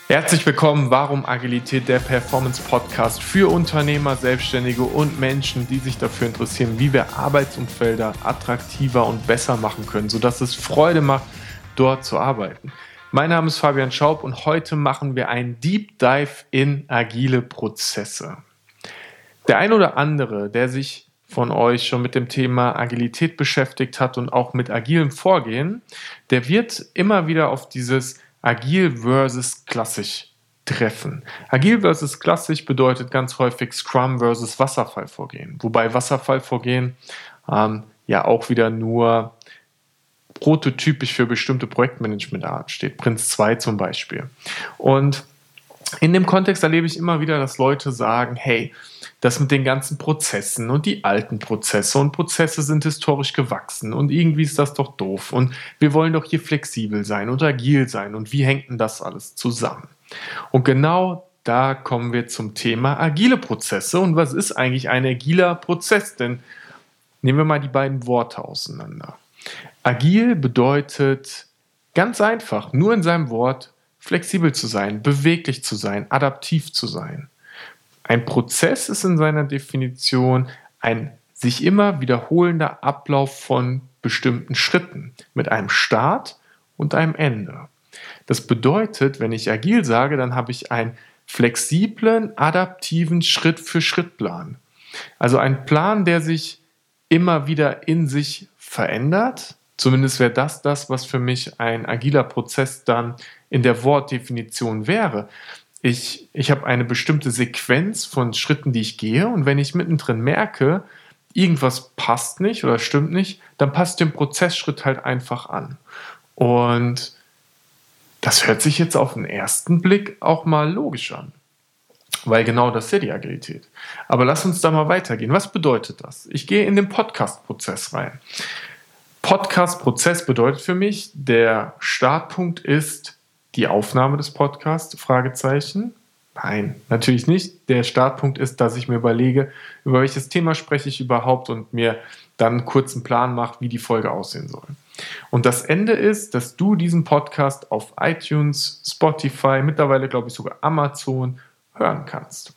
Herzlich willkommen, Warum Agilität, der Performance-Podcast für Unternehmer, Selbstständige und Menschen, die sich dafür interessieren, wie wir Arbeitsumfelder attraktiver und besser machen können, sodass es Freude macht, dort zu arbeiten. Mein Name ist Fabian Schaub und heute machen wir einen Deep Dive in agile Prozesse. Der ein oder andere, der sich von euch schon mit dem Thema Agilität beschäftigt hat und auch mit agilem Vorgehen, der wird immer wieder auf dieses Agil versus klassisch treffen. Agil versus klassisch bedeutet ganz häufig Scrum versus Wasserfallvorgehen, wobei Wasserfallvorgehen ja auch wieder nur prototypisch für bestimmte Projektmanagementarten steht, Prince 2 zum Beispiel. Und in dem Kontext erlebe ich immer wieder, dass Leute sagen, hey, das mit den ganzen Prozessen und die alten Prozesse und Prozesse sind historisch gewachsen und irgendwie ist das doch doof und wir wollen doch hier flexibel sein und agil sein und wie hängt denn das alles zusammen? Und genau da kommen wir zum Thema agile Prozesse und was ist eigentlich ein agiler Prozess? Denn nehmen wir mal die beiden Worte auseinander. Agil bedeutet ganz einfach, nur in seinem Wort, flexibel zu sein, beweglich zu sein, adaptiv zu sein. Ein Prozess ist in seiner Definition ein sich immer wiederholender Ablauf von bestimmten Schritten mit einem Start und einem Ende. Das bedeutet, wenn ich agil sage, dann habe ich einen flexiblen, adaptiven Schritt-für-Schritt-Plan. Also ein Plan, der sich immer wieder in sich verändert. Zumindest wäre das, was für mich ein agiler Prozess dann in der Wortdefinition wäre. Ich habe eine bestimmte Sequenz von Schritten, die ich gehe und wenn ich mittendrin merke, irgendwas passt nicht oder stimmt nicht, dann passt den Prozessschritt halt einfach an. Und das hört sich jetzt auf den ersten Blick auch mal logisch an, weil genau das ist ja die Agilität. Aber lass uns da mal weitergehen. Was bedeutet das? Ich gehe in den Podcast-Prozess rein. Podcast-Prozess bedeutet für mich, der Startpunkt ist die Aufnahme des Podcasts, Fragezeichen. Nein, natürlich nicht. Der Startpunkt ist, dass ich mir überlege, über welches Thema spreche ich überhaupt und mir dann einen kurzen Plan mache, wie die Folge aussehen soll. Und das Ende ist, dass du diesen Podcast auf iTunes, Spotify, mittlerweile glaube ich sogar Amazon hören kannst.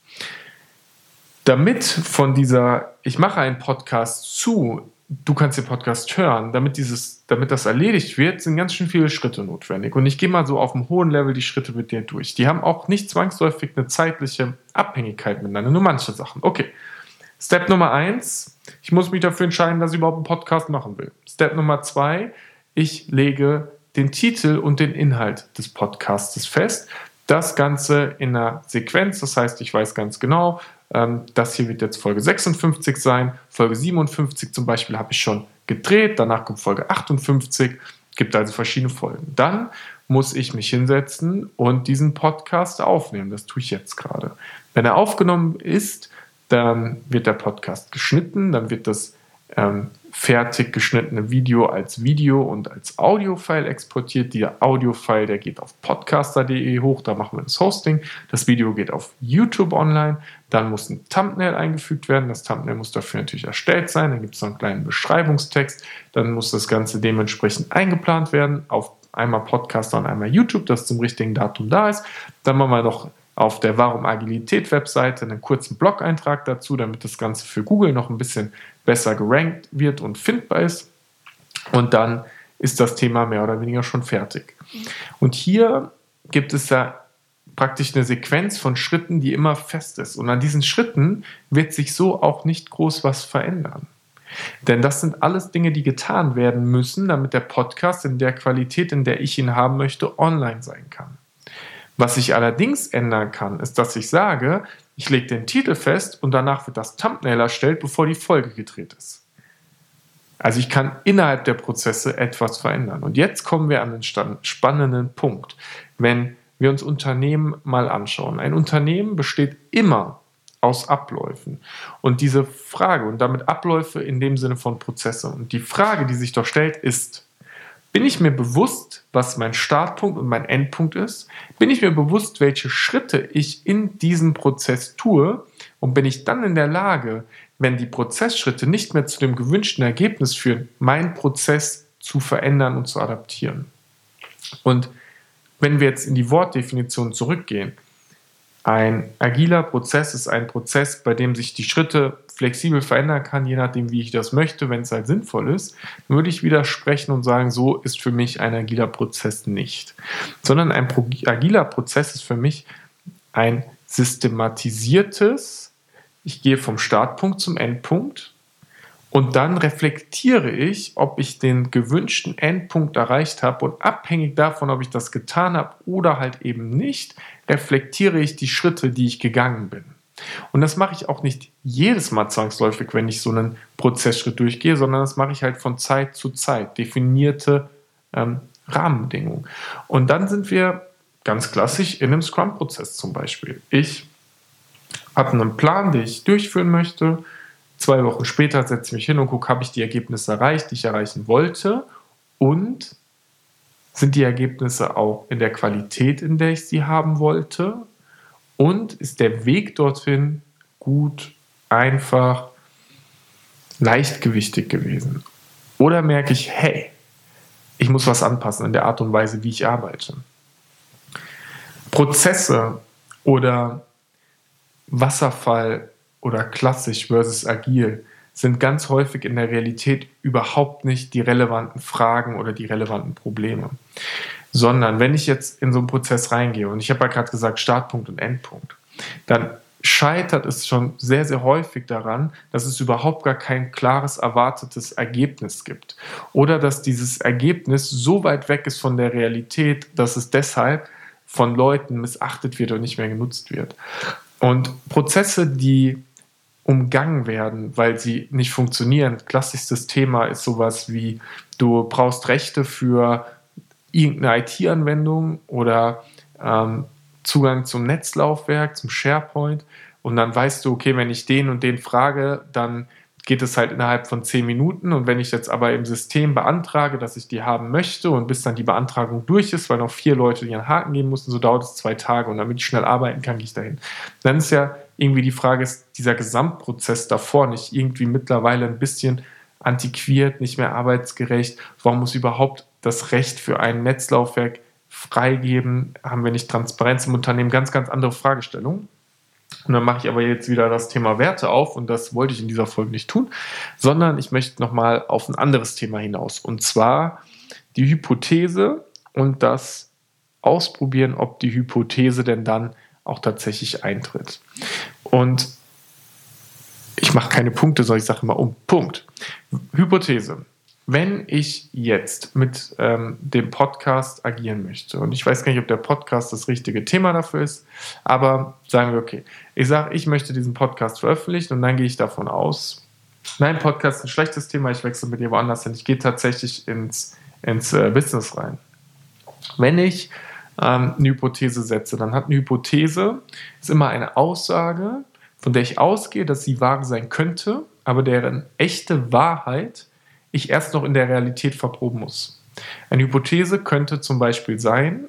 Damit von dieser, ich mache einen Podcast zu, du kannst den Podcast hören, damit das erledigt wird, sind ganz schön viele Schritte notwendig. Und ich gehe mal so auf einem hohen Level die Schritte mit dir durch. Die haben auch nicht zwangsläufig eine zeitliche Abhängigkeit miteinander, nur manche Sachen. Okay, Step Nummer 1, ich muss mich dafür entscheiden, dass ich überhaupt einen Podcast machen will. Step Nummer 2, ich lege den Titel und den Inhalt des Podcasts fest. Das Ganze in einer Sequenz, das heißt, ich weiß ganz genau, das hier wird jetzt Folge 56 sein. Folge 57 zum Beispiel habe ich schon gedreht. Danach kommt Folge 58. Gibt also verschiedene Folgen. Dann muss ich mich hinsetzen und diesen Podcast aufnehmen. Das tue ich jetzt gerade. Wenn er aufgenommen ist, dann wird der Podcast geschnitten. Dann wird das fertig geschnittene Video und als Audio-File exportiert. Der Audio-File, der geht auf podcaster.de hoch, da machen wir das Hosting. Das Video geht auf YouTube online. Dann muss ein Thumbnail eingefügt werden. Das Thumbnail muss dafür natürlich erstellt sein. Dann gibt es noch einen kleinen Beschreibungstext. Dann muss das Ganze dementsprechend eingeplant werden auf einmal Podcaster und einmal YouTube, das zum richtigen Datum da ist. Dann machen wir noch auf der Warum Agilität Webseite einen kurzen Blog-Eintrag dazu, damit das Ganze für Google noch ein bisschen besser gerankt wird und findbar ist. Und dann ist das Thema mehr oder weniger schon fertig. Und hier gibt es ja praktisch eine Sequenz von Schritten, die immer fest ist. Und an diesen Schritten wird sich so auch nicht groß was verändern. Denn das sind alles Dinge, die getan werden müssen, damit der Podcast in der Qualität, in der ich ihn haben möchte, online sein kann. Was sich allerdings ändern kann, ist, dass ich sage, ich lege den Titel fest und danach wird das Thumbnail erstellt, bevor die Folge gedreht ist. Also ich kann innerhalb der Prozesse etwas verändern. Und jetzt kommen wir an den spannenden Punkt. Wenn wir uns Unternehmen mal anschauen. Ein Unternehmen besteht immer aus Abläufen. Und diese Frage, und damit Abläufe in dem Sinne von Prozesse, und die Frage, die sich doch stellt, ist, bin ich mir bewusst, was mein Startpunkt und mein Endpunkt ist? Bin ich mir bewusst, welche Schritte ich in diesem Prozess tue? Und bin ich dann in der Lage, wenn die Prozessschritte nicht mehr zu dem gewünschten Ergebnis führen, meinen Prozess zu verändern und zu adaptieren? Und wenn wir jetzt in die Wortdefinition zurückgehen, ein agiler Prozess ist ein Prozess, bei dem sich die Schritte flexibel verändern kann, je nachdem, wie ich das möchte, wenn es halt sinnvoll ist, würde ich widersprechen und sagen, so ist für mich ein agiler Prozess nicht. Sondern ein agiler Prozess ist für mich ein systematisiertes, ich gehe vom Startpunkt zum Endpunkt und dann reflektiere ich, ob ich den gewünschten Endpunkt erreicht habe und abhängig davon, ob ich das getan habe oder halt eben nicht, reflektiere ich die Schritte, die ich gegangen bin. Und das mache ich auch nicht jedes Mal zwangsläufig, wenn ich so einen Prozessschritt durchgehe, sondern das mache ich halt von Zeit zu Zeit, definierte Rahmenbedingungen. Und dann sind wir ganz klassisch in einem Scrum-Prozess zum Beispiel. Ich habe einen Plan, den ich durchführen möchte. 2 Wochen später setze ich mich hin und gucke, habe ich die Ergebnisse erreicht, die ich erreichen wollte, und sind die Ergebnisse auch in der Qualität, in der ich sie haben wollte, und ist der Weg dorthin gut, einfach, leichtgewichtig gewesen. Oder merke ich, hey, ich muss was anpassen in der Art und Weise, wie ich arbeite. Prozesse oder Wasserfall oder klassisch versus agil sind ganz häufig in der Realität überhaupt nicht die relevanten Fragen oder die relevanten Probleme. Sondern wenn ich jetzt in so einen Prozess reingehe, und ich habe ja gerade gesagt Startpunkt und Endpunkt, dann scheitert es schon sehr, sehr häufig daran, dass es überhaupt gar kein klares erwartetes Ergebnis gibt. Oder dass dieses Ergebnis so weit weg ist von der Realität, dass es deshalb von Leuten missachtet wird und nicht mehr genutzt wird. Und Prozesse, die umgangen werden, weil sie nicht funktionieren. Klassisches Thema ist sowas wie, du brauchst Rechte für irgendeine IT-Anwendung oder Zugang zum Netzlaufwerk, zum SharePoint, und dann weißt du, okay, wenn ich den und den frage, dann geht es halt innerhalb von 10 Minuten, und wenn ich jetzt aber im System beantrage, dass ich die haben möchte, und bis dann die Beantragung durch ist, weil noch 4 Leute ihren Haken geben mussten, so dauert es 2 Tage, und damit ich schnell arbeiten kann, gehe ich dahin. Dann ist ja irgendwie die Frage, ist dieser Gesamtprozess davor nicht irgendwie mittlerweile ein bisschen antiquiert, nicht mehr arbeitsgerecht? Warum muss überhaupt das Recht für ein Netzlaufwerk freigeben? Haben wir nicht Transparenz im Unternehmen? Ganz, ganz andere Fragestellungen. Und dann mache ich aber jetzt wieder das Thema Werte auf, und das wollte ich in dieser Folge nicht tun, sondern ich möchte nochmal auf ein anderes Thema hinaus, und zwar die Hypothese und das Ausprobieren, ob die Hypothese denn dann auch tatsächlich eintritt. Und ich mache keine Punkte, sondern ich sage immer Punkt. Hypothese. Wenn ich jetzt mit dem Podcast agieren möchte, und ich weiß gar nicht, ob der Podcast das richtige Thema dafür ist, aber sagen wir, okay, ich sage, ich möchte diesen Podcast veröffentlichen, und dann gehe ich davon aus, nein, Podcast ist ein schlechtes Thema, ich wechsle mit dir woanders hin, ich gehe tatsächlich ins Business rein. Wenn ich eine Hypothese setze, dann hat eine Hypothese, ist immer eine Aussage, von der ich ausgehe, dass sie wahr sein könnte, aber deren echte Wahrheit ich erst noch in der Realität verproben muss. Eine Hypothese könnte zum Beispiel sein,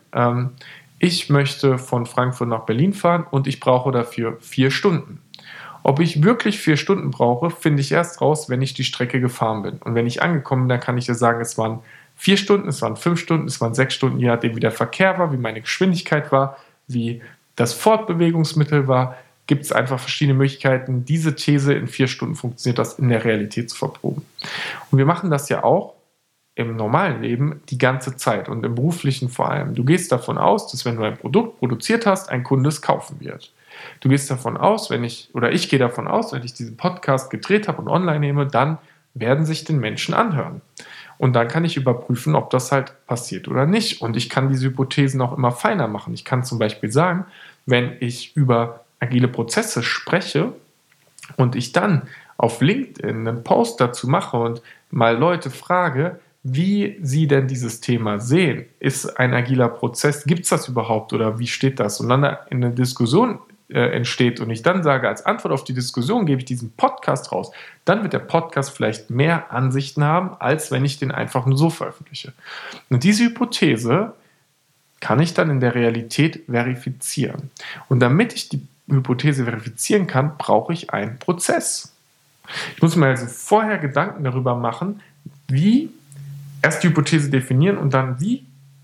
ich möchte von Frankfurt nach Berlin fahren und ich brauche dafür 4 Stunden. Ob ich wirklich 4 Stunden brauche, finde ich erst raus, wenn ich die Strecke gefahren bin. Und wenn ich angekommen bin, dann kann ich dir sagen, es waren 4 Stunden, es waren 5 Stunden, es waren 6 Stunden, je nachdem wie der Verkehr war, wie meine Geschwindigkeit war, wie das Fortbewegungsmittel war. Gibt es einfach verschiedene Möglichkeiten, diese These in 4 Stunden funktioniert das in der Realität zu verproben. Und wir machen das ja auch im normalen Leben die ganze Zeit und im beruflichen vor allem. Du gehst davon aus, dass wenn du ein Produkt produziert hast, ein Kunde es kaufen wird. Du gehst davon aus, ich gehe davon aus, wenn ich diesen Podcast gedreht habe und online nehme, dann werden sich den Menschen anhören. Und dann kann ich überprüfen, ob das halt passiert oder nicht. Und ich kann diese Hypothesen auch immer feiner machen. Ich kann zum Beispiel sagen, wenn ich über agile Prozesse spreche und ich dann auf LinkedIn einen Post dazu mache und mal Leute frage, wie sie denn dieses Thema sehen. Ist ein agiler Prozess, gibt es das überhaupt oder wie steht das? Und dann eine Diskussion entsteht und ich dann sage, als Antwort auf die Diskussion gebe ich diesen Podcast raus, dann wird der Podcast vielleicht mehr Ansichten haben, als wenn ich den einfach nur so veröffentliche. Und diese Hypothese kann ich dann in der Realität verifizieren. Und damit ich die Hypothese verifizieren kann, brauche ich einen Prozess. Ich muss mir also vorher Gedanken darüber machen, wie erst die Hypothese definieren und dann wie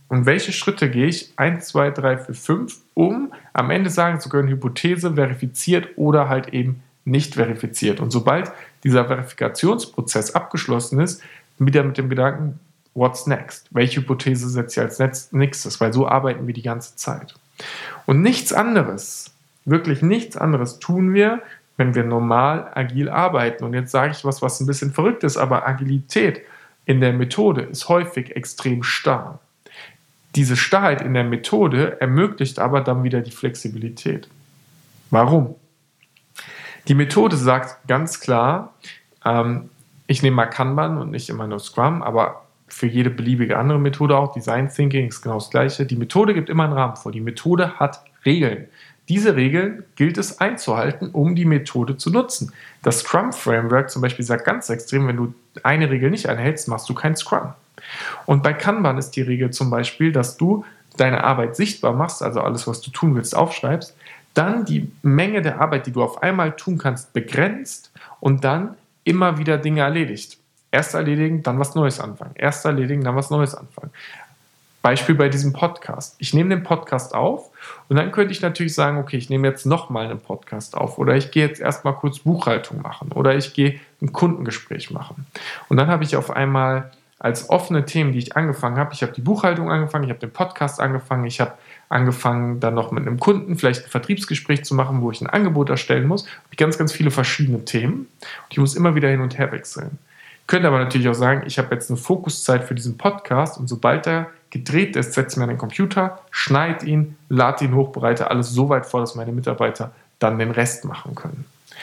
Und welche Schritte gehe ich? 1, 2, 3, 4, 5, um am Ende sagen zu können, Hypothese verifiziert oder halt eben nicht verifiziert. Und sobald dieser Verifikationsprozess abgeschlossen ist, wieder mit dem Gedanken, what's next? Welche Hypothese setze ich als nächstes? Weil so arbeiten wir die ganze Zeit. Und nichts anderes, wirklich nichts anderes tun wir, wenn wir normal agil arbeiten. Und jetzt sage ich was ein bisschen verrückt ist, aber Agilität in der Methode ist häufig extrem starr. Diese Starrheit in der Methode ermöglicht aber dann wieder die Flexibilität. Warum? Die Methode sagt ganz klar, ich nehme mal Kanban und nicht immer nur Scrum, aber für jede beliebige andere Methode auch, Design Thinking ist genau das Gleiche. Die Methode gibt immer einen Rahmen vor. Die Methode hat Regeln. Diese Regeln gilt es einzuhalten, um die Methode zu nutzen. Das Scrum-Framework zum Beispiel sagt ganz extrem, wenn du eine Regel nicht einhältst, machst du kein Scrum. Und bei Kanban ist die Regel zum Beispiel, dass du deine Arbeit sichtbar machst, also alles, was du tun willst, aufschreibst, dann die Menge der Arbeit, die du auf einmal tun kannst, begrenzt und dann immer wieder Dinge erledigt. Erst erledigen, dann was Neues anfangen. Erst erledigen, dann was Neues anfangen. Beispiel bei diesem Podcast. Ich nehme den Podcast auf und dann könnte ich natürlich sagen, okay, ich nehme jetzt nochmal einen Podcast auf oder ich gehe jetzt erstmal kurz Buchhaltung machen oder ich gehe ein Kundengespräch machen. Und dann habe ich auf einmal als offene Themen, die ich angefangen habe, ich habe die Buchhaltung angefangen, ich habe den Podcast angefangen, ich habe angefangen, dann noch mit einem Kunden vielleicht ein Vertriebsgespräch zu machen, wo ich ein Angebot erstellen muss. Ich habe ganz, ganz viele verschiedene Themen und ich muss immer wieder hin und her wechseln. Ich könnte aber natürlich auch sagen, ich habe jetzt eine Fokuszeit für diesen Podcast und sobald er gedreht ist, setze ich mir an den Computer, schneide ihn, lade ihn hoch, bereite alles so weit vor, dass meine Mitarbeiter dann den Rest machen können.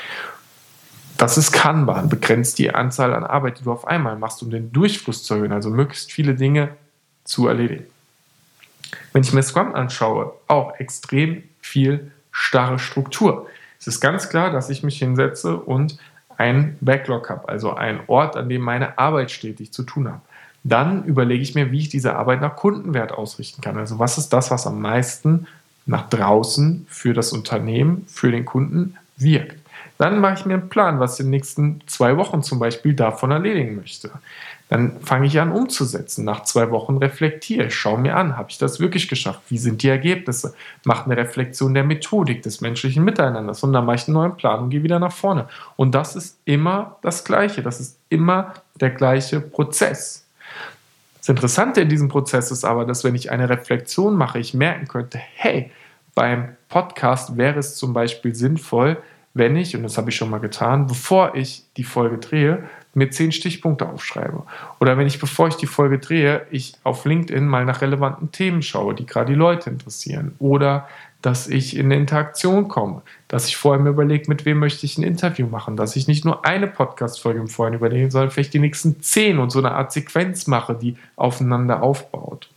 Das ist Kanban, begrenzt die Anzahl an Arbeit, die du auf einmal machst, um den Durchfluss zu erhöhen, also möglichst viele Dinge zu erledigen. Wenn ich mir Scrum anschaue, auch extrem viel starre Struktur. Es ist ganz klar, dass ich mich hinsetze und einen Backlog habe, also einen Ort, an dem meine Arbeit steht, die ich zu tun habe. Dann überlege ich mir, wie ich diese Arbeit nach Kundenwert ausrichten kann. Also was ist das, was am meisten nach draußen für das Unternehmen, für den Kunden wirkt. Dann mache ich mir einen Plan, was ich in den nächsten 2 Wochen zum Beispiel davon erledigen möchte. Dann fange ich an umzusetzen. Nach 2 Wochen reflektiere ich, schaue mir an, habe ich das wirklich geschafft? Wie sind die Ergebnisse? Mache eine Reflexion der Methodik, des menschlichen Miteinanders und dann mache ich einen neuen Plan und gehe wieder nach vorne. Und das ist immer das Gleiche. Das ist immer der gleiche Prozess. Das Interessante in diesem Prozess ist aber, dass wenn ich eine Reflexion mache, ich merken könnte, hey, beim Podcast wäre es zum Beispiel sinnvoll, wenn ich, und das habe ich schon mal getan, bevor ich die Folge drehe, mir 10 Stichpunkte aufschreibe. Oder wenn ich, bevor ich die Folge drehe, ich auf LinkedIn mal nach relevanten Themen schaue, die gerade die Leute interessieren. Oder dass ich in eine Interaktion komme, dass ich vorher mir überlege, mit wem möchte ich ein Interview machen, dass ich nicht nur eine Podcast-Folge im Vorhinein überlege, sondern vielleicht die nächsten 10 und so eine Art Sequenz mache, die aufeinander aufbaut.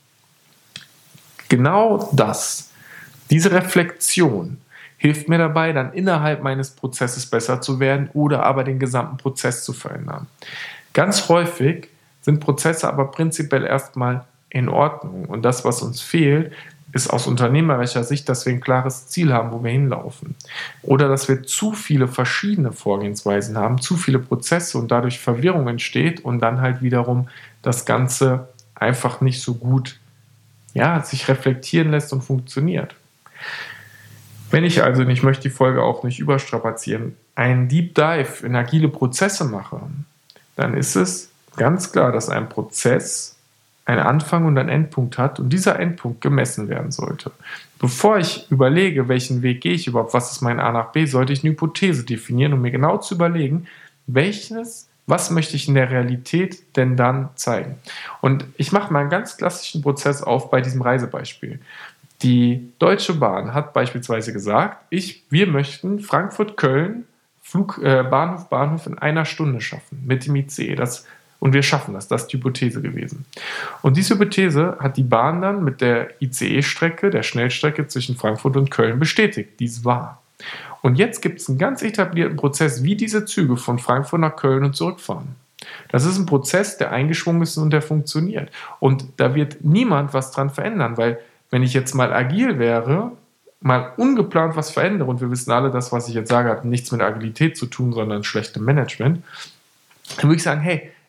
Genau das, diese Reflexion, hilft mir dabei, dann innerhalb meines Prozesses besser zu werden oder aber den gesamten Prozess zu verändern. Ganz häufig sind Prozesse aber prinzipiell erstmal in Ordnung. Und das, was uns fehlt, ist aus unternehmerischer Sicht, dass wir ein klares Ziel haben, wo wir hinlaufen. Oder dass wir zu viele verschiedene Vorgehensweisen haben, zu viele Prozesse und dadurch Verwirrung entsteht und dann halt wiederum das Ganze einfach nicht so gut sich reflektieren lässt und funktioniert. Wenn ich also, und ich möchte die Folge auch nicht überstrapazieren, einen Deep Dive in agile Prozesse mache, dann ist es ganz klar, dass ein Prozess einen Anfang und einen Endpunkt hat und dieser Endpunkt gemessen werden sollte. Bevor ich überlege, welchen Weg gehe ich überhaupt, was ist mein A nach B, sollte ich eine Hypothese definieren, um mir genau zu überlegen, was möchte ich in der Realität denn dann zeigen. Und ich mache mal einen ganz klassischen Prozess auf bei diesem Reisebeispiel. Die Deutsche Bahn hat beispielsweise gesagt, wir möchten Frankfurt-Köln Bahnhof in 1 Stunde schaffen mit dem ICE. Und wir schaffen das. Das ist die Hypothese gewesen. Und diese Hypothese hat die Bahn dann mit der ICE-Strecke, der Schnellstrecke zwischen Frankfurt und Köln bestätigt. Dies war. Und jetzt gibt es einen ganz etablierten Prozess, wie diese Züge von Frankfurt nach Köln und zurückfahren. Das ist ein Prozess, der eingeschwungen ist und der funktioniert. Und da wird niemand was dran verändern, weil wenn ich jetzt mal agil wäre, mal ungeplant was verändere, und wir wissen alle, das, was ich jetzt sage, hat nichts mit Agilität zu tun, sondern schlechtem Management, dann würde ich sagen, hey,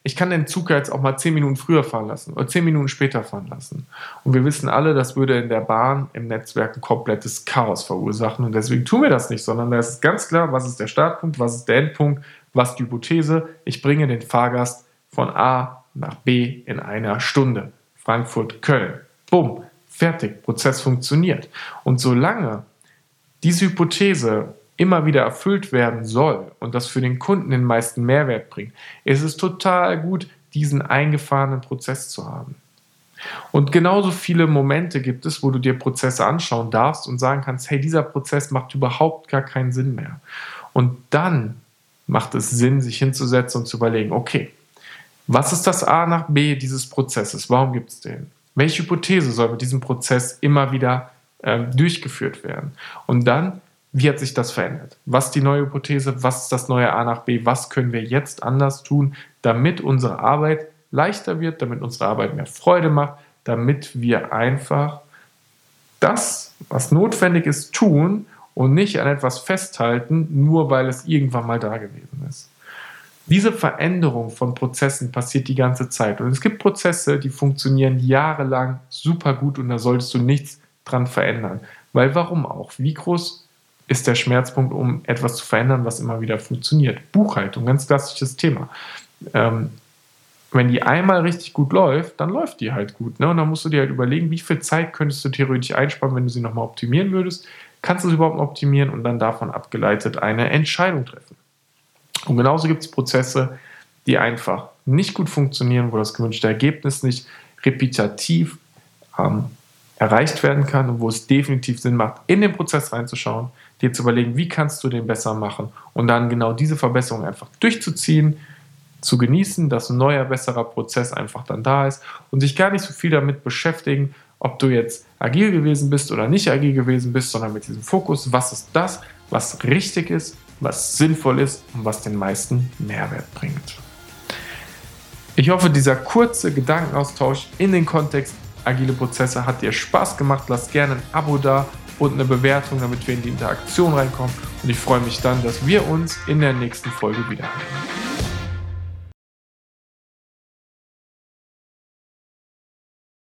ich kann den Zug jetzt auch mal 10 Minuten früher fahren lassen oder 10 Minuten später fahren lassen. Und wir wissen alle, das würde in der Bahn im Netzwerk ein komplettes Chaos verursachen. Und deswegen tun wir das nicht, sondern da ist ganz klar, was ist der Startpunkt, was ist der Endpunkt, was ist die Hypothese. Ich bringe den Fahrgast von A nach B in einer Stunde. Frankfurt, Köln. Bumm, fertig, Prozess funktioniert. Und solange diese Hypothese immer wieder erfüllt werden soll und das für den Kunden den meisten Mehrwert bringt, ist es total gut, diesen eingefahrenen Prozess zu haben. Und genauso viele Momente gibt es, wo du dir Prozesse anschauen darfst und sagen kannst, hey, dieser Prozess macht überhaupt gar keinen Sinn mehr. Und dann macht es Sinn, sich hinzusetzen und zu überlegen, okay, was ist das A nach B dieses Prozesses? Warum gibt es den? Welche Hypothese soll mit diesem Prozess immer wieder durchgeführt werden? Und dann, wie hat sich das verändert? Was ist die neue Hypothese? Was ist das neue A nach B? Was können wir jetzt anders tun, damit unsere Arbeit leichter wird, damit unsere Arbeit mehr Freude macht, damit wir einfach das, was notwendig ist, tun und nicht an etwas festhalten, nur weil es irgendwann mal da gewesen ist. Diese Veränderung von Prozessen passiert die ganze Zeit. Und es gibt Prozesse, die funktionieren jahrelang super gut und da solltest du nichts dran verändern. Weil warum auch? Wie groß ist der Schmerzpunkt, um etwas zu verändern, was immer wieder funktioniert? Buchhaltung, ganz klassisches Thema. Wenn die einmal richtig gut läuft, dann läuft die halt gut. Ne? Und dann musst du dir halt überlegen, wie viel Zeit könntest du theoretisch einsparen, wenn du sie nochmal optimieren würdest. Kannst du sie überhaupt optimieren und dann davon abgeleitet eine Entscheidung treffen? Und genauso gibt es Prozesse, die einfach nicht gut funktionieren, wo das gewünschte Ergebnis nicht repetitiv erreicht werden kann und wo es definitiv Sinn macht, in den Prozess reinzuschauen, dir zu überlegen, wie kannst du den besser machen und dann genau diese Verbesserung einfach durchzuziehen, zu genießen, dass ein neuer, besserer Prozess einfach dann da ist und sich gar nicht so viel damit beschäftigen, ob du jetzt agil gewesen bist oder nicht agil gewesen bist, sondern mit diesem Fokus, was ist das, was richtig ist, was sinnvoll ist und was den meisten Mehrwert bringt. Ich hoffe, dieser kurze Gedankenaustausch in den Kontext agile Prozesse hat dir Spaß gemacht. Lass gerne ein Abo da und eine Bewertung, damit wir in die Interaktion reinkommen. Und ich freue mich dann, dass wir uns in der nächsten Folge wiedersehen.